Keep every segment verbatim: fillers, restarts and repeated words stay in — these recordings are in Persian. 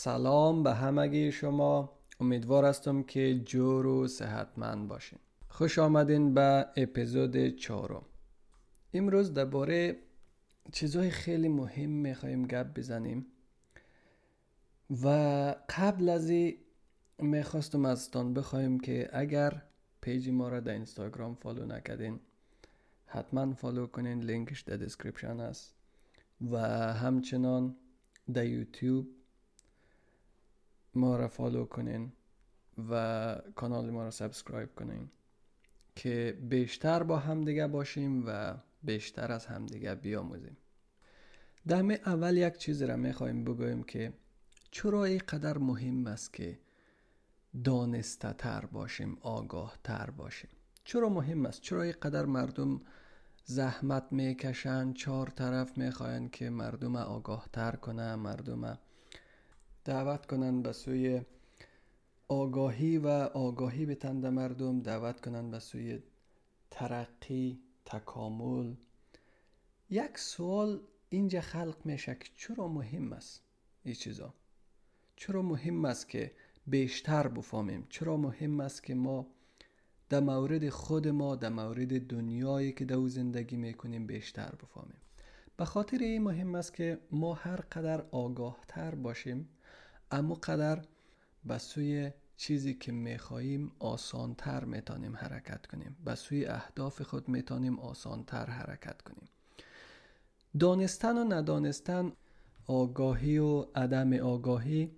سلام به همگی شما. امیدوار هستم که جور و صحتمند باشین. خوش آمدین به اپیزود چهارم. امروز درباره چیزهای خیلی مهم میخوایم گپ بزنیم و قبل از این میخواستم ازتان بخوایم که اگر پیج ما را در اینستاگرام فالو نکردین حتما فالو کنین، لینکش در دیسکریپشن است، و همچنان در یوتیوب ما را فالو کنین و کانال ما را سابسکرایب کنین که بیشتر با هم دیگه باشیم و بیشتر از هم دیگه بیاموزیم. دم اول یک چیز را میخوایم بگویم که چرا اینقدر مهم است که دانسته تر باشیم، آگاه تر باشیم. چرا مهم است؟ چرا اینقدر مردم زحمت میکشن، چهار طرف میخواین که مردم آگاه تر کنن، مردم دعوت کنن به سوی آگاهی و آگاهی بتند مردم، دعوت کنن به سوی ترقی، تکامل. یک سوال اینجا خلق میشه که چرا مهم است این چیزا؟ چرا مهم است که بیشتر بفهمیم؟ چرا مهم است که ما در مورد خود ما، در مورد دنیایی که در زندگی میکنیم بیشتر بفهمیم؟ به خاطر این مهم است که ما هر قدر آگاه تر باشیم اما قدر به سوی چیزی که میخواییم آسان تر میتونیم حرکت کنیم، به سوی اهداف خود میتونیم آسان تر حرکت کنیم. دانستن و ندانستن، آگاهی و عدم آگاهی،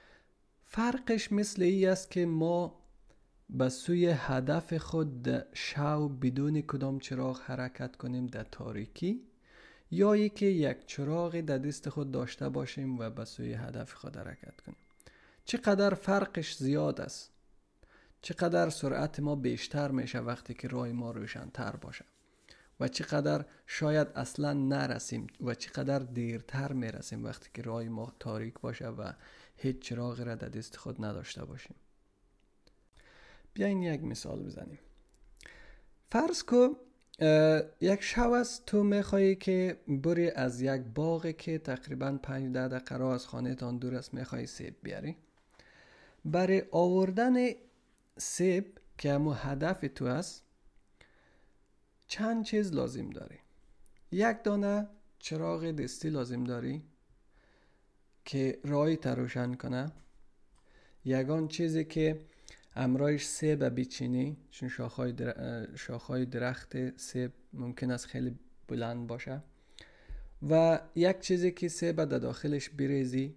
فرقش مثل ای است که ما به سوی هدف خود در شب بدون کدام چراغ حرکت کنیم در تاریکی، یا ای که یک چراغ در دست خود داشته باشیم و به سوی هدف خود حرکت کنیم. چقدر فرقش زیاد است، چقدر سرعت ما بیشتر میشه وقتی که راه ما روشن تر باشه و چقدر شاید اصلا نرسیم و چقدر دیرتر میرسیم وقتی که راه ما تاریک باشه و هیچ چراغ را در دست خود نداشته باشیم. بیاین یک مثال بزنیم. فرض کو یک شب است تو میخوایی که بری از یک باغی که تقریبا پنج ده دقیقه راه از خانه تان دور است میخوایی سیب بیاری. برای آوردن سیب که همو هدف تو است چند چیز لازم داری. یک دانه چراغ دستی لازم داری که راهی تا روشن کنه. یگان چیزی که امرایش سیب بچینی، چون شاخهای, در... شاخهای درخت سیب ممکن است خیلی بلند باشه، و یک چیزی که سیب در داخلش بریزی،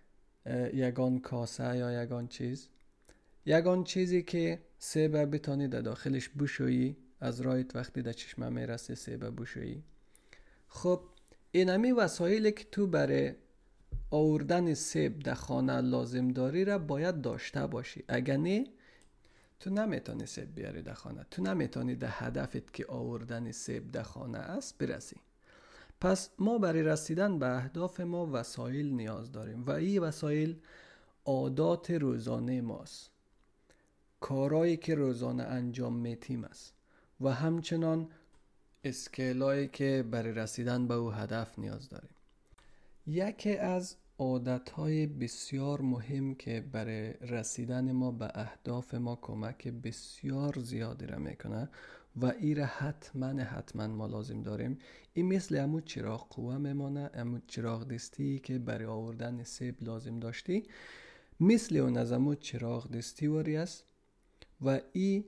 یگان کاسه یا یگان چیز. یگان چیزی که سیب بتانی در داخلش بشویی، از رایت وقتی در چشمه میرسه سیب بشویی. خب اینمی وسایلی که تو برای آوردن سیب در خانه لازم داری را باید داشته باشی. اگر نه تو نمیتونی سیب بیاری در خانه، تو نمیتونی در هدفت که آوردن سیب در خانه است برسی. پس ما برای رسیدن به اهداف ما وسایل نیاز داریم و این وسایل عادات روزانه ماست، کارهایی که روزانه انجام میتیم است و همچنان اسکیلایی که برای رسیدن به او هدف نیاز داریم. یکی از عادتهای بسیار مهم که برای رسیدن ما به اهداف ما کمک بسیار زیادی را میکنه و ای را حتما حتما ما لازم داریم، این مثل همون چراغ قوه میمانه، همون چراغ دستی که برای آوردن سیب لازم داشتی، مثل اون از همون چراغ دستی واری است. و ای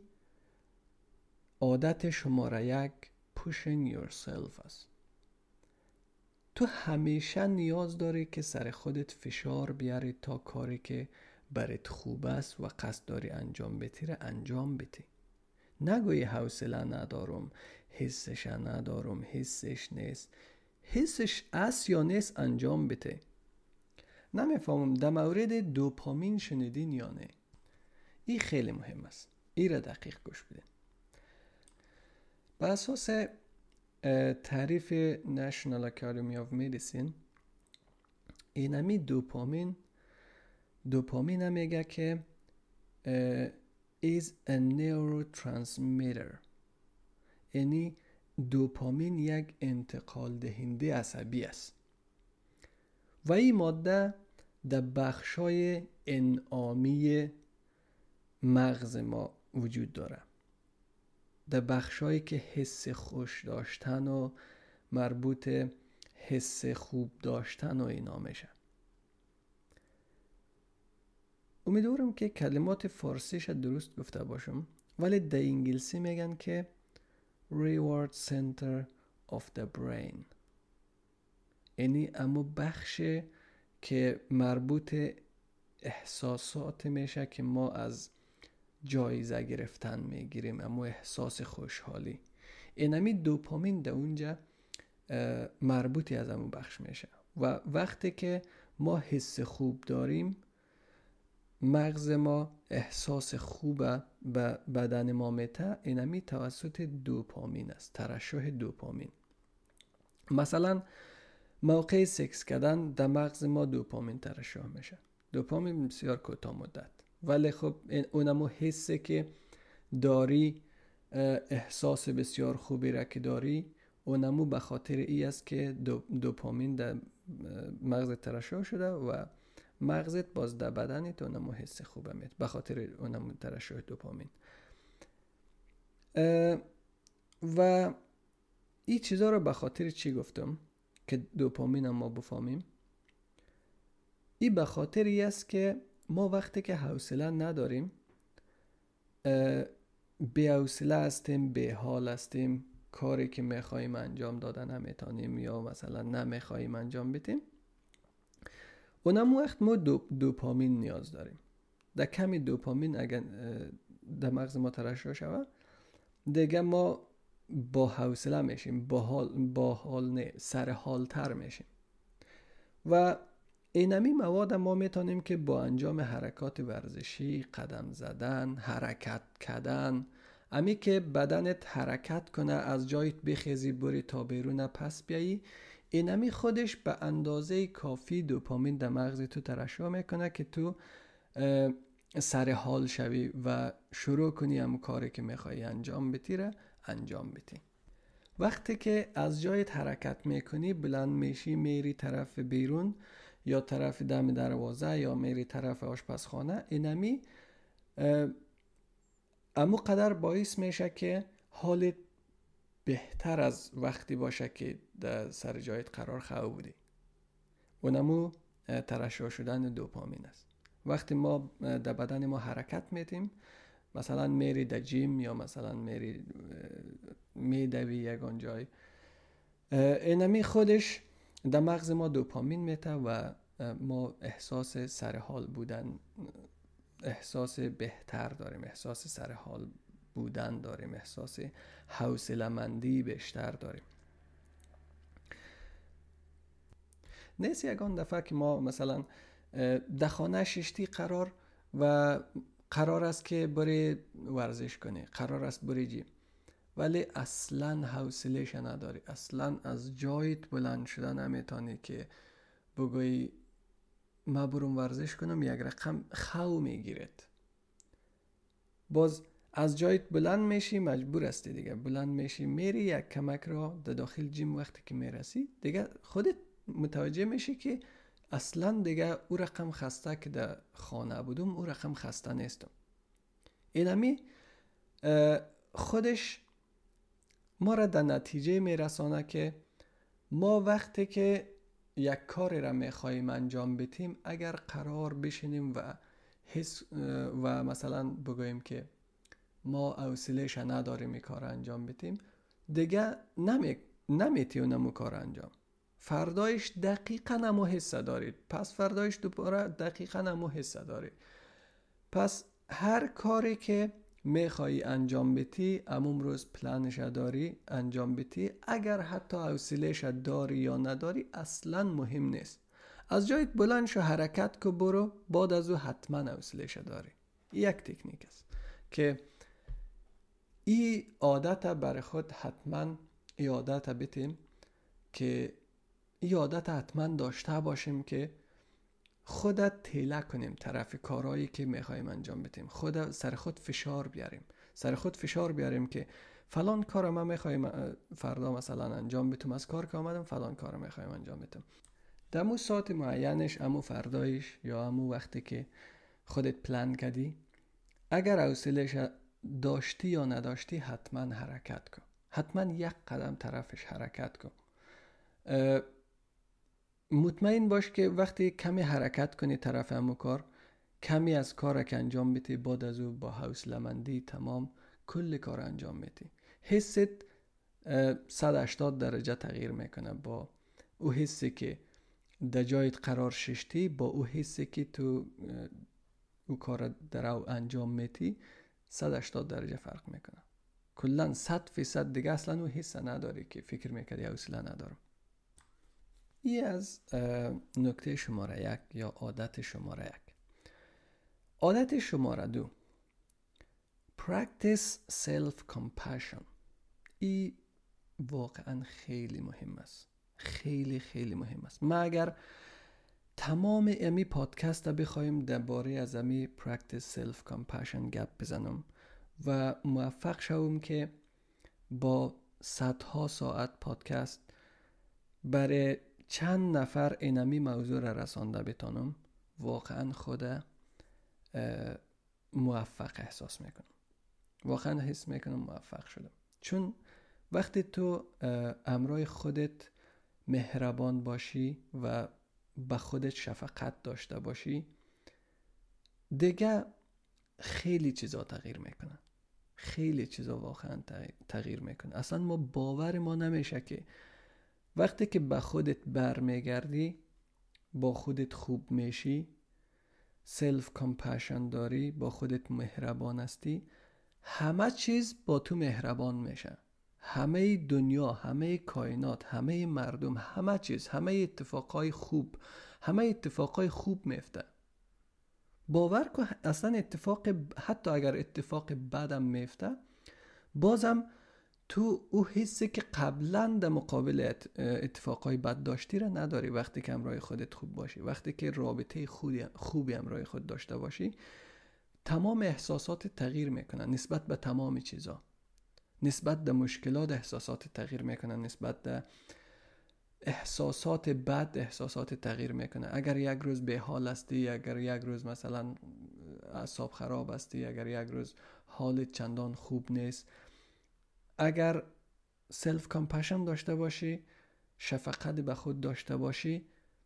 عادت شماره یک pushing yourself است. تو همیشه نیاز داری که سر خودت فشار بیاری تا کاری که برات خوب است و قصد داری انجام بدی را انجام بدی. نگوی حوصله ندارم، حسش ندارم، حسش نیست. حسش است یا نیست انجام بده. نمیفهمم در مورد دوپامین شنیدین یا نه؟ این خیلی مهم است. این را دقیق گوش بدین. بر اساس تعریف National Academy of Medicine، اینمی دوپامین دوپامین میگه که is a neurotransmitter، یعنی دوپامین یک انتقال دهنده عصبی است و این ماده در بخشای انعامی مغز ما وجود داره، در بخشایی که حس خوش داشتن و مربوط حس خوب داشتن و اینا میشه. امیدوارم که کلمات فارسیش درست گفته باشم، ولی در انگلیسی میگن که reward center of the brain، یعنی اما بخش که مربوط احساسات میشه که ما از جایزه گرفتن میگیریم، اما احساس خوشحالی، اینمی دوپامین در اونجا مربوطی از همون بخش میشه و وقتی که ما حس خوب داریم مغز ما احساس خوبه به بدن ما میته، اینمی توسط دوپامین است، ترشح دوپامین. مثلا موقع سکس کردن در مغز ما دوپامین ترشح میشه. دوپامین بسیار کوتاه مدت، ولی خب اونمو حسه که داری، احساس بسیار خوبی را که داری، اونمو به خاطر ای است که دو دوپامین در مغز ترشح شده و مغزت باز در بدنت اونمو حس خوبه میده به خاطر اونمو ترشح دوپامین. و این چیزا رو به خاطر چی گفتم که دوپامین هم ما بفهمیم؟ این به خاطر ای است که ما وقتی که حوصله نداریم، بی حوصله هستیم، بی حال هستیم، کاری که میخواییم انجام دادن نمیتونیم یا مثلا نمیخواییم انجام بدیم، اونم وقت ما دو دوپامین نیاز داریم. در کمی دوپامین اگر در مغز ما ترشح شود دیگه ما با حوصله میشیم، با حال با حال نه سر حال تر میشیم و اینمی مواد ما میتونیم که با انجام حرکات ورزشی، قدم زدن، حرکت کردن، امی که بدنت حرکت کنه، از جایت بخیزی بری تا بیرون پس بیایی، اینمی خودش به اندازه کافی دوپامین در مغز تو ترشح میکنه که تو سر حال شوی و شروع کنی هم کاری که میخوایی انجام بدی را انجام بدی. وقتی که از جایت حرکت میکنی، بلند میشی میری طرف بیرون یا طرف دم دروازه یا میری طرف آشپزخانه، اینمی امو قدر باعث میشه که حالت بهتر از وقتی باشه که در سر جایت قرار خواه بودی. اونمو ترشح شدن دوپامین است. وقتی ما در بدن ما حرکت میدیم، مثلا میری در جیم یا مثلا میری میدوی یگان جای، اینمی خودش در مغز ما دوپامین میته و ما احساس سر حال بودن، احساس بهتر داریم، احساس سر حال بودن داریم، احساس حوصله‌مندی بیشتر داریم. نیست یگان دفعه که ما مثلا در خانه ششتی قرار و قرار است که بری ورزش کنی، قرار است بری جیم، ولی اصلا حوصله‌اش نداری، اصلا از جایت بلند شدن نمیتونی که بگویی ما برم ورزش کنم، یک رقم خو میگیرد. باز از جایت بلند میشی، مجبور هستی دیگه بلند میشی میری یک کمک را در داخل جیم، وقتی که میرسی دیگه خودت متوجه میشی که اصلا دیگه او رقم خسته که در خانه بودم او رقم خسته نیستم. اینمی خودش ما را در نتیجه میرسانه که ما وقتی که یک کاری را میخواییم انجام بدیم، اگر قرار بشینیم و حس و مثلا بگوییم که ما حوصله‌اش نداریم این کار انجام بدیم، دیگه نمی نمیتونیم اون کار انجام. فردایش دقیقاً همو حس دارید، پس فردایش دوباره دقیقاً همو حس دارید. پس هر کاری که میخوایی انجام بدی، امون روز پلنش داری انجام بدی، اگر حتی حوصله‌اش داری یا نداری اصلا مهم نیست. از جایت بلند شو، حرکت کو، برو، بعد از او حتما حوصله‌اش داری. یک تکنیک است که این عادت برای خود حتما این عادت بتیم که این عادت حتما داشته باشیم که خودت تیله کنیم طرف کارهایی که میخوایم انجام بدیم، خود سر خود فشار بیاریم، سر خود فشار بیاریم که فلان کار ما میخوایم فردا مثلا انجام بدم، از کار که آمدم فلان کار میخوایم انجام بدم. در مو ساعت معینش، امو فردایش یا امو وقتی که خودت پلان کردی، اگر حوصله‌اش داشتی یا نداشتی حتما حرکت کن. حتما یک قدم طرفش حرکت کن. مطمئن باش که وقتی کمی حرکت کنی طرف همو کار، کمی از کار که انجام میتی، بعد از او با حوصله‌مندی تمام کل کار انجام میتی. حست صد و هشتاد درجه تغییر میکنه. با او حسی که در جایت قرار ششتی، با او حسی که تو او کار در او انجام میتی، صد و هشتاد درجه فرق میکنه. کلا صد فیصد دیگه اصلا او حس نداری که فکر میکردی حوصله ندارم. این از نکته شماره یک یا عادت شماره یک. عادت شماره دو، practice self compassion. این واقعا خیلی مهم است. خیلی خیلی مهم است. ما اگر تمام امی پادکست را بخوایم درباره از امی practice self compassion گپ بزنم و موفق شوم که با صدها ساعت پادکست برای چند نفر اینمی موضوع را رسانده بتانم، واقعا خود موفق احساس میکنم. واقعا حس میکنم موفق شدم. چون وقتی تو امرای خودت مهربان باشی و به خودت شفقت داشته باشی، دیگه خیلی چیزا تغییر میکنه. خیلی چیزا واقعا تغییر میکنه. اصلا ما باور ما نمیشه که وقتی که به خودت برمیگردی، با خودت خوب میشی، سلف کامپشن داری، با خودت مهربان هستی، همه چیز با تو مهربان میشه. همه دنیا، همه کائنات، همه مردم، همه چیز، همه اتفاقای خوب، همه اتفاقای خوب میفته. باور کن اصلا اتفاق، حتی اگر اتفاق بدم میفته، بازم تو او حسی که قبلا در مقابل اتفاقای بد داشتی را نداری. وقتی که همراه خودت خوب باشی، وقتی که رابطه خوبی خوبی همراه خود داشته باشی، تمام احساسات تغییر میکنن نسبت به تمام چیزا. نسبت به مشکلات احساسات تغییر میکنن، نسبت به احساسات بد احساسات تغییر میکنه. اگر یک روز به حال هستی، اگر یک روز مثلا اعصاب خراب هستی، اگر یک روز حالت چندان خوب نیست، اگر سلف کامپشن داشته باشی، شفقت به خود داشته باشی،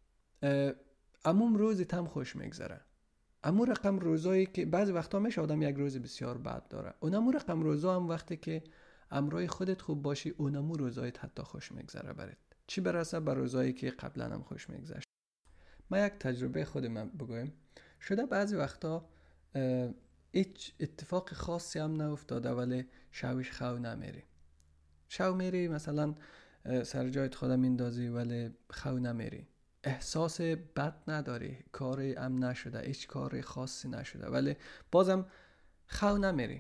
عموم روزت هم خوش میگذره. امو رقم روزایی که بعضی وقتا میشه آدم یک روز بسیار بد داره، اونمو رقم روزا هم وقتی که امرای خودت خوب باشی، اونمو روزایت حتی خوش میگذره برات، چی برسه بر روزایی که قبلا هم خوش میگذشت. ما یک تجربه خود من بگویم. شده بعضی وقتا هیچ اتفاق خاصی هم نیفتاده ولی شوش خو نمیری. شو میری مثلا سر جایت خودم میندازی ولی خو نمیری. احساس بد نداری، کاری هم نشده، هیچ کاری خاصی نشده ولی بازم خو نمیری.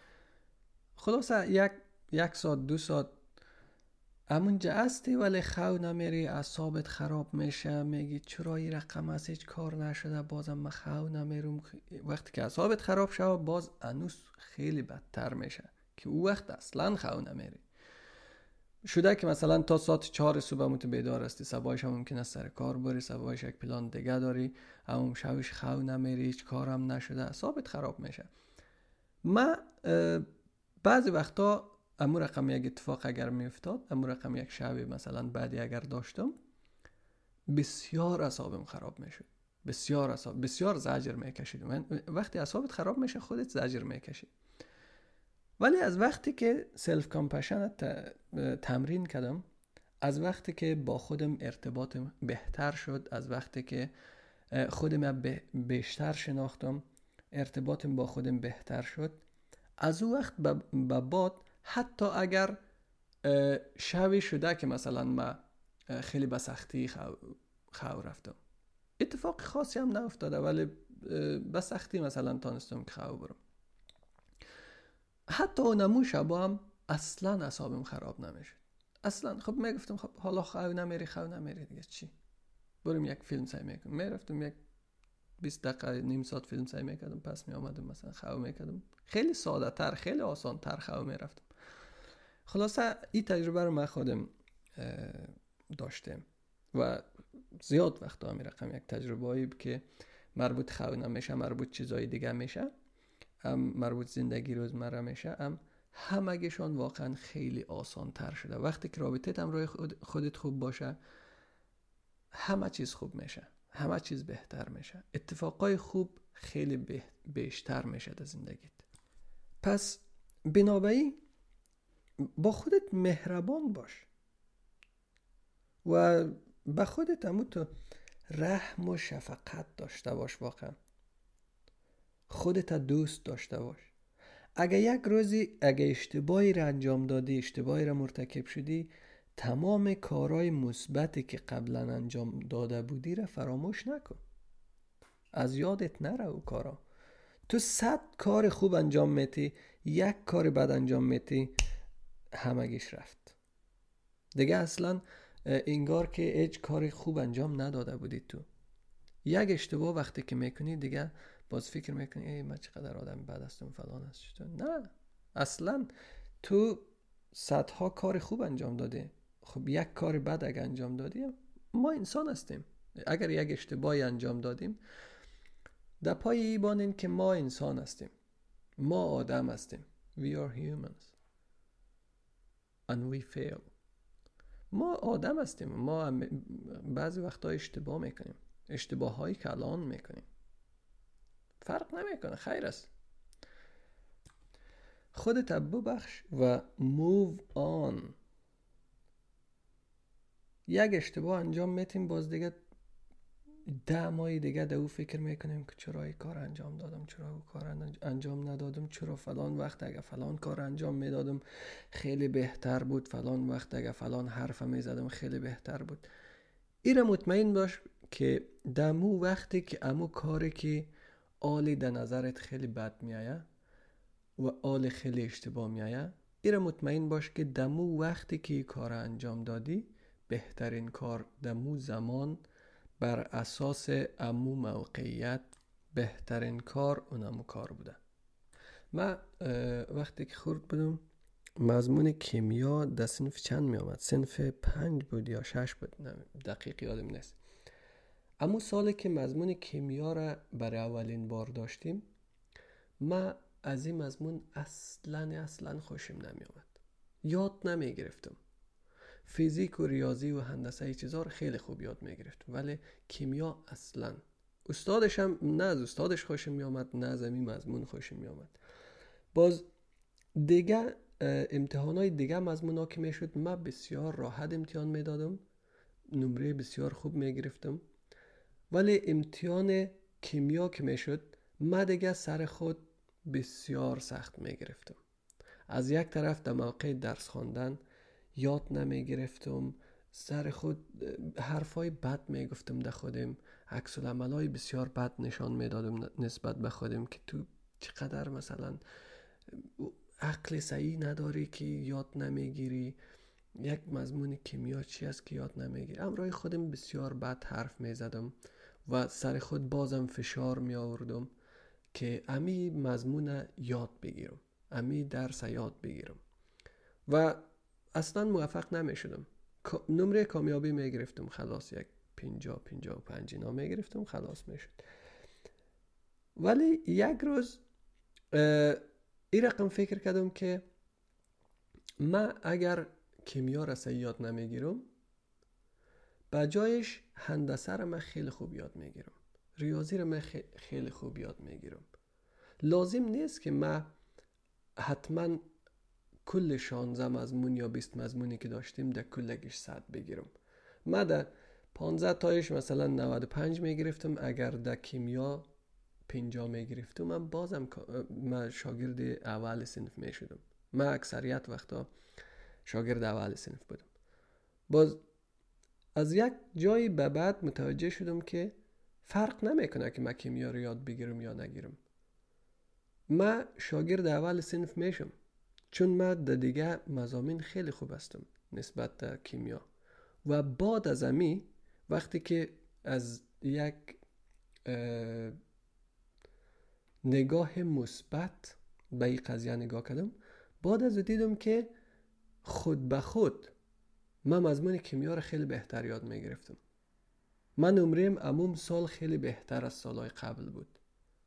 خلاصه یک یک ساعت دو ساعت همونجا هستی ولی خو نمیری، اعصابت خراب میشه، میگی چرا این رقم است هیچ کار نشده، بازم من خو نمیرم. وقتی که اعصابت خراب شد باز انوس خیلی بدتر میشه که او وقت اصلا خو نمیری. شده که مثلا تا ساعت چهار صبح مت بیدار هستی، صبحش هم ممکن است سر کار بری، صبحش یک پلان دیگه داری، اما شبش خو نمیری، هیچ کارم نشده، اعصابت خراب میشه. ما بعضی وقتا امو رقم یک اتفاق اگر میافتاد، امو رقم یک شب مثلا بعدی اگر داشتم، بسیار اعصابم خراب میشد، بسیار اعصاب بسیار زجر میکشید. من وقتی اعصابت خراب میشه خودت زجر میکشی. ولی از وقتی که سلف کامپشن تمرین کردم، از وقتی که با خودم ارتباطم بهتر شد، از وقتی که خودم بیشتر شناختم، ارتباطم با خودم بهتر شد، از اون وقت به بعد حتی اگر شبی شده که مثلا ما خیلی به سختی خو, خو رفتم، اتفاق خاصی هم نیفتاده ولی به سختی مثلا تانستم که خو برم، حتی اونمو شبا هم اصلا اعصابم خراب نمیشه اصلا. خب میگفتم خب حالا خو نمیری خو نمیری دیگه چی، بریم یک فیلم سعی میکنم. میرفتم یک بیست دقیقه نیم ساعت فیلم سعی میکردم، پس میامدم مثلا خو میکردم. خیلی ساده تر، خیلی آسان تر خو میرفتم. خلاصه این تجربه رو من خودم داشتم و زیاد وقتا همین رقم یک تجربه هایی که مربوط خونه میشه، مربوط چیزای دیگه میشه، هم مربوط زندگی روزمره میشه، هم همگیشان واقعا خیلی آسان تر شده. وقتی که رابطت هم روی خود خودت خوب باشه، همه چیز خوب میشه، همه چیز بهتر میشه، اتفاقای خوب خیلی به بیشتر میشه در زندگیت. پس بنابراین با خودت مهربان باش و به خودت هم تو رحم و شفقت داشته باش. واقعا خودت دوست داشته باش. اگه یک روزی اگه اشتباهی را انجام دادی، اشتباهی را مرتکب شدی، تمام کارهای مثبتی که قبلا انجام داده بودی را فراموش نکن، از یادت نره او کارا. تو صد کار خوب انجام میتی، یک کار بد انجام میتی، همگیش رفت دیگه. اصلا انگار که هیچ کاری خوب انجام نداده بودی. تو یک اشتباه وقتی که میکنی دیگه باز فکر میکنی ای من چقدر آدم بد هستم فلان است. نه، اصلا تو صدها کار خوب انجام دادی. خب یک کار بد اگه انجام دادیم، ما انسان هستیم. اگر یک اشتباهی انجام دادیم، در پای ایبانین که ما انسان هستیم، ما آدم هستیم. We are humans and we fail. ما آدم هستیم، ما بعضی وقتا اشتباه میکنیم، اشتباه هایی که الان میکنیم فرق نمیکنه، خیر است. خودت ببخش و move on. یک اشتباه انجام میتیم، باز دیگه ده ماه دیگه در او فکر میکنیم که چرا این کار انجام دادم، چرا او کار انجام ندادم، چرا فلان وقت اگه فلان کار انجام میدادم خیلی بهتر بود، فلان وقت اگه فلان حرف میزدم خیلی بهتر بود. ایره مطمئن باش که دمو وقتی که امو کاری که آلی در نظرت خیلی بد میایه و آل خیلی اشتباه میایه، ایره مطمئن باش که دمو وقتی که کار انجام دادی بهترین کار دمو زمان بر اساس امو موقعیت بهترین کار اونمو کار بوده. من وقتی که خورد بودم مضمون کیمیا در صنف چند می آمد؟ صنف پنج بود یا شش بود، نه دقیق یادم نیست. اما سالی که مضمون کیمیا را برای اولین بار داشتیم، من از این مضمون اصلا اصلا خوشم نمی آمد، یاد نمی گرفتم. فیزیک و ریاضی و هندسه ای چیزا رو خیلی خوب یاد می گرفتم، ولی کیمیا اصلا. استادش هم نه از استادش خوشم می آمد، نه از این مضمون خوشم می آمد. باز دیگه امتحانای دیگه مضمون ها که می شد، من بسیار راحت امتحان می دادم، نمره بسیار خوب می گرفتم. ولی امتحان کیمیا که می شد، من دیگه سر خود بسیار سخت می گرفتم. از یک طرف در موقع درس خواندن یاد نمی گرفتم، سر خود حرفای بد می گفتم در خودم، عکس العملای بسیار بد نشان می دادم نسبت به خودم که تو چقدر مثلا عقل صحیح نداری که یاد نمیگیری، یک مضمون کیمیا چی است که یاد نمیگیری. امروی خودم بسیار بد حرف می زدم و سر خود بازم فشار می آوردم که امی مضمون یاد بگیرم، امی درس یاد بگیرم و اصلا موفق نمی شدم. نمره کامیابی می گرفتم، خلاص یک پنجاه پنجاه و پنج اینا می گرفتم، خلاص می شد. ولی یک روز این رقم فکر کردم که من اگر کیمیا را صحیح یاد نمیگیرم، با جایش هندسه را من خیلی خوب یاد میگیرم، ریاضی را من خیلی خوب یاد میگیرم. لازم نیست که من حتما کل شانزده مضمون یا بیست مضمونی که داشتیم در کلگیش صد بگیرم. من در پانزده تایش مثلا نود و پنج میگرفتم، اگر در کیمیا پنجاه میگرفتم، من بازم من شاگرد اول صنف میشدم. من اکثریت وقتا شاگرد اول صنف بودم. باز از یک جایی به بعد متوجه شدم که فرق نمیکنه که من کیمیا رو یاد بگیرم یا نگیرم، من شاگرد اول صنف میشم، چون من در دیگه مضامین خیلی خوب هستم نسبت به کیمیا. و بعد از امی وقتی که از یک نگاه مثبت به این قضیه نگاه کردم، بعد از دیدم که خود به خود من مضمون کیمیا رو خیلی بهتر یاد میگرفتم. من عمریم اموم سال خیلی بهتر از سالهای قبل بود.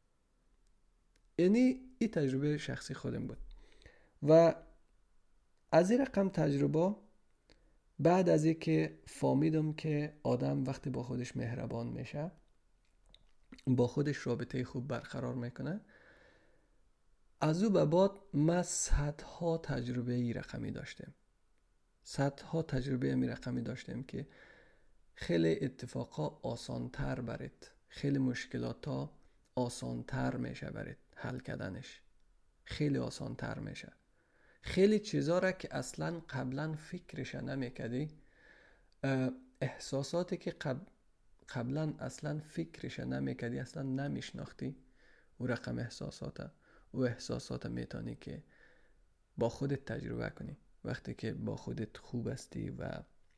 یعنی این تجربه شخصی خودم بود و از این رقم تجربه بعد از اینکه فهمیدم که آدم وقتی با خودش مهربان میشه، با خودش رابطه خوب برقرار میکنه، از او به بعد من صدها تجربه ای رقمی داشتم صدها تجربه می رقمی داشتم که خیلی اتفاقا آسان تر برید، خیلی مشکلات ها آسان تر میشه برید حل کردنش، خیلی آسان تر میشه. خیلی چیزا را که اصلا قبلا فکرش نمیکردی، احساساتی که قبل قبلا اصلا فکرش نمیکردی، اصلا نمیشناختی او رقم احساساته او احساسات میتونی که با خودت تجربه کنی وقتی که با خودت خوب هستی و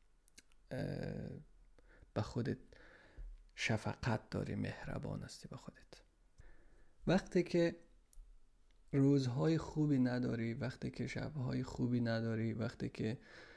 با خودت شفقت داری، مهربان هستی با خودت. وقتی که روزهای خوبی نداری، وقتی که شبهای خوبی نداری، وقتی که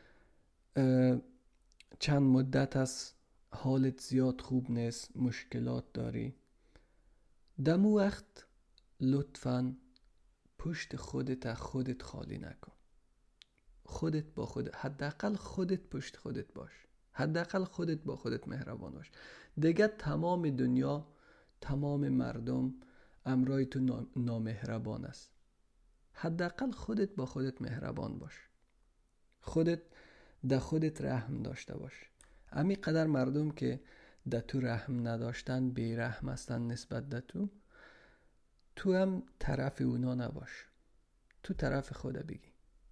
چند مدت از حالت زیاد خوب نیست، مشکلات داری، دمو وقت لطفاً پشت خودت خودت خالی نکن. خودت با خودت، حداقل خودت پشت خودت باش، حداقل خودت با خودت مهربان باش. دیگه تمام دنیا، تمام مردم امرای تو نامهربان است. حداقل خودت با خودت مهربان باش، خودت ده خودت رحم داشته باش. امی قدر مردم که ده تو رحم نداشتن، بی رحم هستن نسبت ده تو، تو هم طرف اونا نباش، تو طرف خود بگی.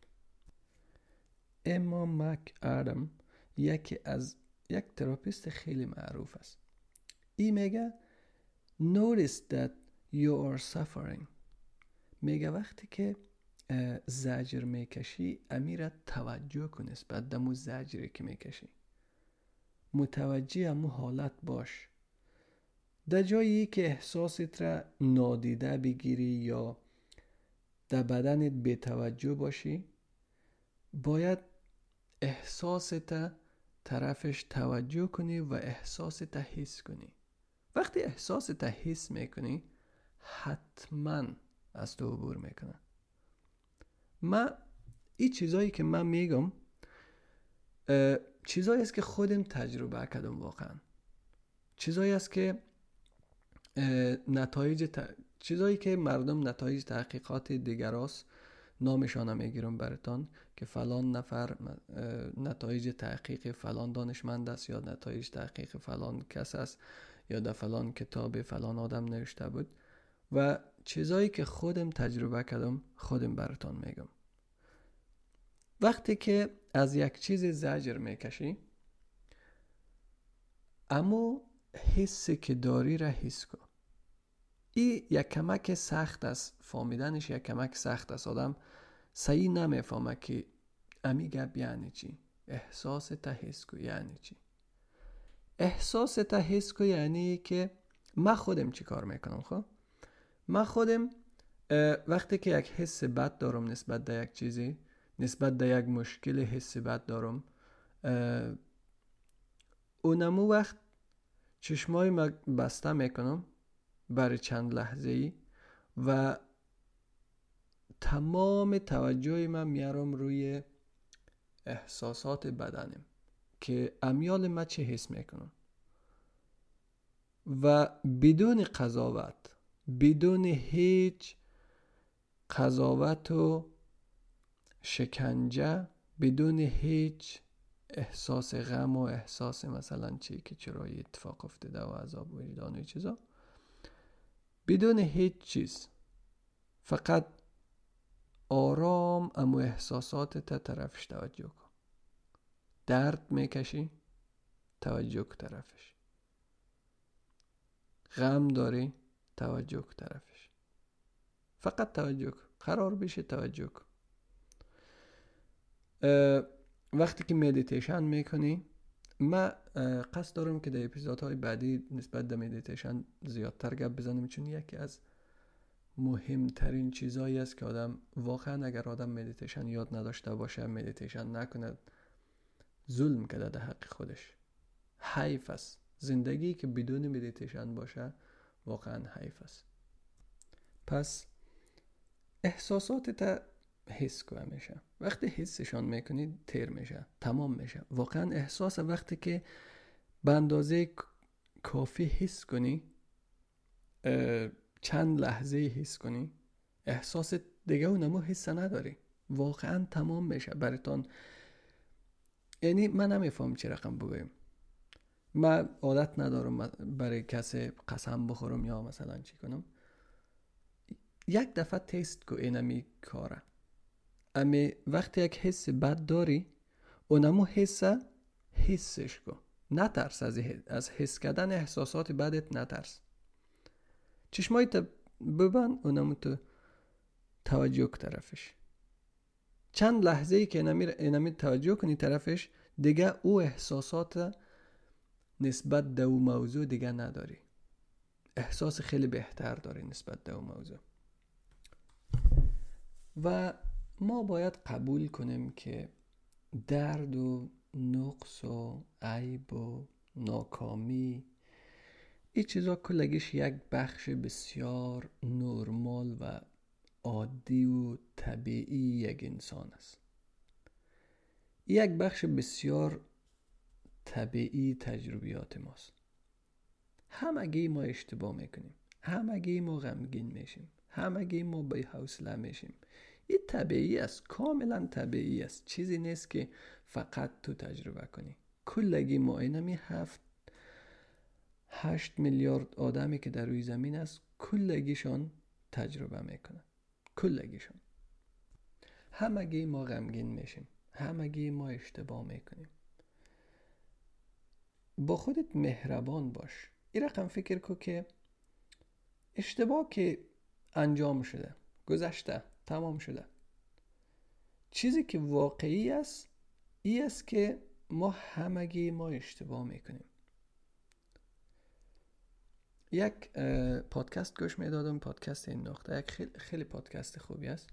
اما مک آدم یکی از یک تراپیست خیلی معروف است. ای میگه notice that you are suffering. میگه وقتی که زجر میکشی امیره توجه کن نسبت دمو زجری که میکشی، متوجه امو حالت باش. در جایی که احساست را نادیده بگیری یا در بدنت بی توجه باشی، باید احساست طرفش توجه کنی و احساست حس کنی. وقتی احساست حس میکنی حتما از تو عبور میکنه. من این چیزایی که من میگم چیزایی است که خودم تجربه کردم، واقعا چیزایی است که نتایج ت... چیزایی که مردم نتایج تحقیقات دیگراست نامشان میگیرم براتان که فلان نفر نتایج تحقیق فلان دانشمند است یا نتایج تحقیق فلان کس است یا در فلان کتاب فلان آدم نوشته بود و چیزایی که خودم تجربه کردم خودم براتان میگم. وقتی که از یک چیز زجر میکشی، اما حسی که داری را حس کن. این یک کمک سخت است، فهمیدنش یک کمک سخت است. آدم صحیح نمیفهمه که امی گپ یعنی چی. احساس تا حس کو یعنی چی؟ احساس تا حس کو یعنی که من خودم چی کار میکنم. خب من خودم وقتی که یک حس بد دارم نسبت به یک چیزی، نسبت به یک مشکل حس بد دارم، اونمو وقت چشمای ما بسته میکنم برای چند لحظه ای و تمام توجه من میارم روی احساسات بدنم که امیال من چه حس میکنم و بدون قضاوت، بدون هیچ قضاوت و شکنجه، بدون هیچ احساس غم و احساس مثلا چی که چرا اتفاق افتاده و عذاب وجدان و چیزا، بدون هیچ چیز، فقط آرام امو احساسات تا طرفش توجه کن. درد میکشی، توجه کن طرفش. غم داری، توجه کن طرفش. فقط توجه کن، قرار بشه توجه کن. وقتی که مدیتیشن میکنی، من قصد دارم که در اپیزودهای بعدی نسبت به مدیتیشن زیادتر گپ بزنیم، چون یکی از مهمترین چیزایی است که آدم واقعا اگر آدم مدیتیشن یاد نداشته باشه، مدیتیشن نکنه، ظلم کرده در حق خودش. حیف است، زندگی که بدون مدیتیشن باشه واقعا حیف است. پس احساسات تا حس کو همیشه. وقتی حسشان میکنی تیر میشه، تمام میشه. واقعا احساس وقتی که به اندازه کافی حس کنی، چند لحظه حس کنی، احساس دیگه اونمو حس نداری، واقعا تمام میشه براتون. یعنی من نمیفهم چه رقم بگویم. من عادت ندارم برای کسی قسم بخورم یا مثلا چی کنم. یک دفعه تست کو اینمی کاره. امی وقتی یک حس بد داری، اونمو حس حسش کو. نترس از از حس کردن احساسات بدت، نترس. چشمای تا ببند، اونمو تو توجه که طرفش. چند لحظه ای که اینمی اینمی توجه کنی طرفش، دیگه او احساسات نسبت به او موضوع دیگه نداری. احساس خیلی بهتر داری نسبت به او موضوع. و ما باید قبول کنیم که درد و نقص و عیب و ناکامی، این چیزا کلگیش یک بخش بسیار نرمال و عادی و طبیعی یک انسان است. یک بخش بسیار طبیعی تجربیات ماست. همگی ما اشتباه میکنیم، همگی ما غمگین میشیم، همگی ما بی حوصله میشیم. این طبیعی است، کاملا طبیعی است. چیزی نیست که فقط تو تجربه کنی. کلگی ما اینمی هفت هشت میلیارد آدمی که در روی زمین است، کلگیشان تجربه میکنن. کلگیشان. همگی ما غمگین میشیم، همگی ما اشتباه میکنیم. با خودت مهربان باش. این رقم فکر کو که اشتباه که انجام شده، گذشته، تمام شده. چیزی که واقعی است این است که ما همگی ما اشتباه میکنیم. یک پادکست گوش میدادم، پادکست این نقطه، یک خیلی, خیلی پادکست خوبی است.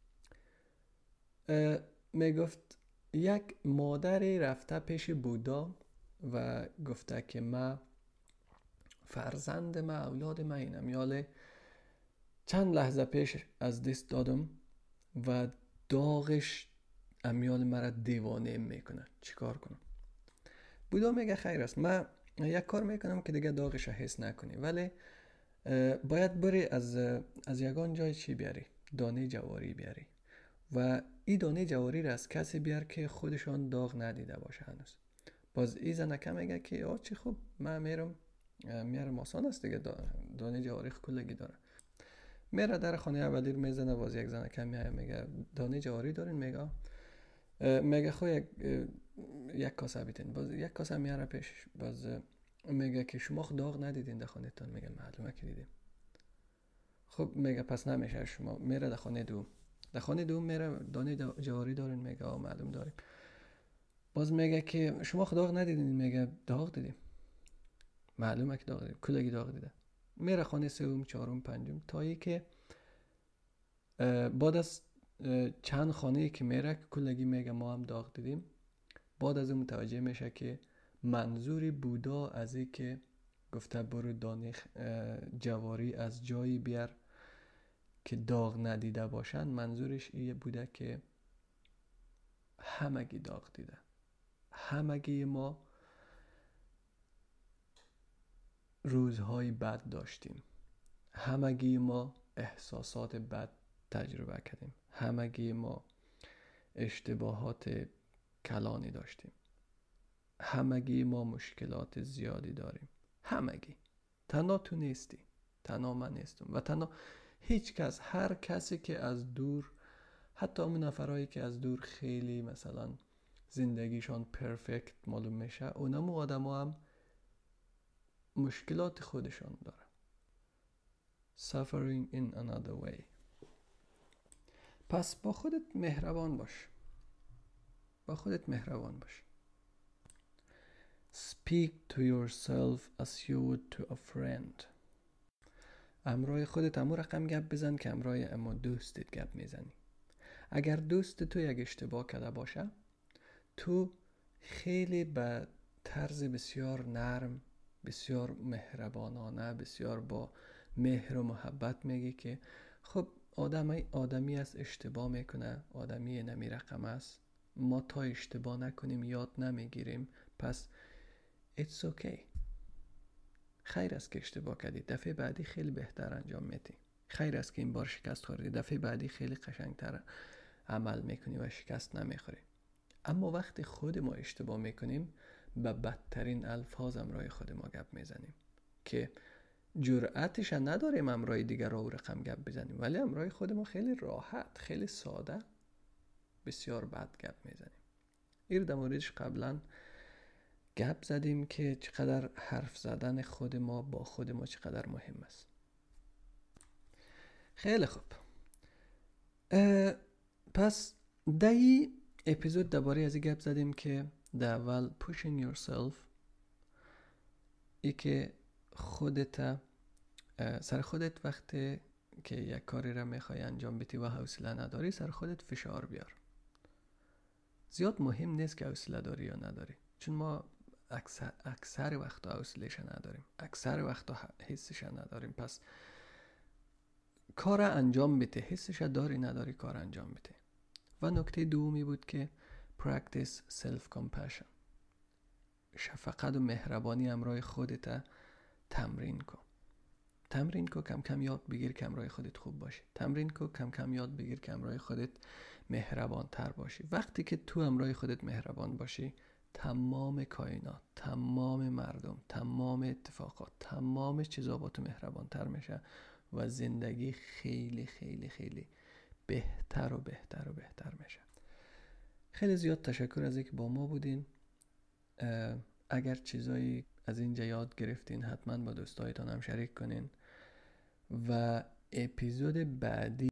میگفت یک مادری رفته پیش بودا و گفته که ما فرزند ما، اولاد ما اینم، یاله چند لحظه پیش از دست دادم و داغش امیال مرا دیوانه میکنه، چیکار کنم؟ بودا میگه خیر است، من یک کار میکنم که دیگه داغش حس نکنی، ولی باید بری از از یگان جای چی بیاری، دانه جواری بیاری و این دانه جواری را از کسی بیار که خودشان داغ ندیده باشه هنوز. باز این زنکه میگه که آه چی خوب، من میرم میارم، آسان است دیگه، دانه جواری کلگی داره. میره در خانه اولی رو میزنه، باز یک زنکه میایه میگه دانه جواری دارین؟ میگه میگه خو یک یک کاسه بیتین. باز یک کاسه میاره پیش، باز میگه که شما داغ ندیدین در خانه تان؟ میگه معلومه که دیدیم. خب میگه پس نمیشه. شما میره در خانه دوم، در خانه دوم میره دانه جواری دارین؟ میگه آه معلوم داریم. باز میگه که شما داغ ندیدین؟ میگه داغ دیدیم، معلومه که داغ دیدیم، کلگی داغ دیده. میره خانه سوم، چهارم، پنجم، تا ای که بعد از چند خانه که میره کلگی میگه ما هم داغ دیدیم. بعد از اون متوجه میشه که منظور بودا از این که گفته برو دانه جواری از جایی بیار که داغ ندیده باشن، منظورش ایه بوده که همگی داغ دیده. همگی ما روزهای بد داشتیم، همگی ما احساسات بد تجربه کردیم، همگی ما اشتباهات کلانی داشتیم، همگی ما مشکلات زیادی داریم. همگی. تنها تو نیستی، تنها من نیستم و تنها هیچ کس. هر کسی که از دور، حتی اون نفرهایی که از دور خیلی مثلا زندگیشان پرفکت معلوم میشه، اونم آدم ها هم مشکلات خودشان داره. Suffering in another way. پس با خودت مهربان باش. با خودت مهربان باش. Speak to yourself as you would to a friend. امرای خودت امو رقم گپ بزن که امرای اما دوستت گپ میزنی. اگر دوست تو یک اشتباه کرده باشه، تو خیلی به طرز بسیار نرم بسیار مهربانانه، بسیار با مهر و محبت میگی که خب آدمی آدمی است، اشتباه میکنه، آدمی نمی رقم است، ما تا اشتباه نکنیم یاد نمیگیریم، پس it's okay. خیر است که اشتباه کردی، دفعه بعدی خیلی بهتر انجام میدی. خیر است که این بار شکست خوردی، دفعه بعدی خیلی قشنگتر عمل میکنی و شکست نمیخوری. اما وقتی خود ما اشتباه میکنیم به بدترین الفاظ امرای خود ما گپ میزنیم که جرأتش نداریم امرای دیگر را و رقم گپ بزنیم، ولی امرای خود ما خیلی راحت، خیلی ساده بسیار بد گپ میزنیم. این در موردش قبلا گپ زدیم که چقدر حرف زدن خود ما با خود ما چقدر مهم است. خیلی خوب، پس در این اپیزود درباره از این گپ زدیم که در اول pushing yourself، ای که خودت سر خودت وقتی که یک کاری را میخوای انجام بدی و حوصله نداری، سر خودت فشار بیار. زیاد مهم نیست که حوصله داری یا نداری، چون ما اکثر اکثر وقتا حوصله‌اش نداریم، اکثر وقتا حسش نداریم. پس کار انجام بده، حسش داری نداری کار انجام بده. و نکته دومی بود که practice self compassion، شفقت و مهربانی همراه خودت تمرین کن. تمرین کو، کم کم یاد بگیر که همراه خودت خوب باشی. تمرین کو، کم کم یاد بگیر که همراه خودت مهربان تر باشی. وقتی که تو همراه خودت مهربان باشی، تمام کائنات، تمام مردم، تمام اتفاقات، تمام چیزا با تو مهربان تر میشه و زندگی خیلی خیلی خیلی بهتر و بهتر و بهتر میشه. خیلی زیاد تشکر از اینکه با ما بودین. اگر چیزایی از اینجا یاد گرفتین حتما با دوستایتان هم شریک کنین و اپیزود بعدی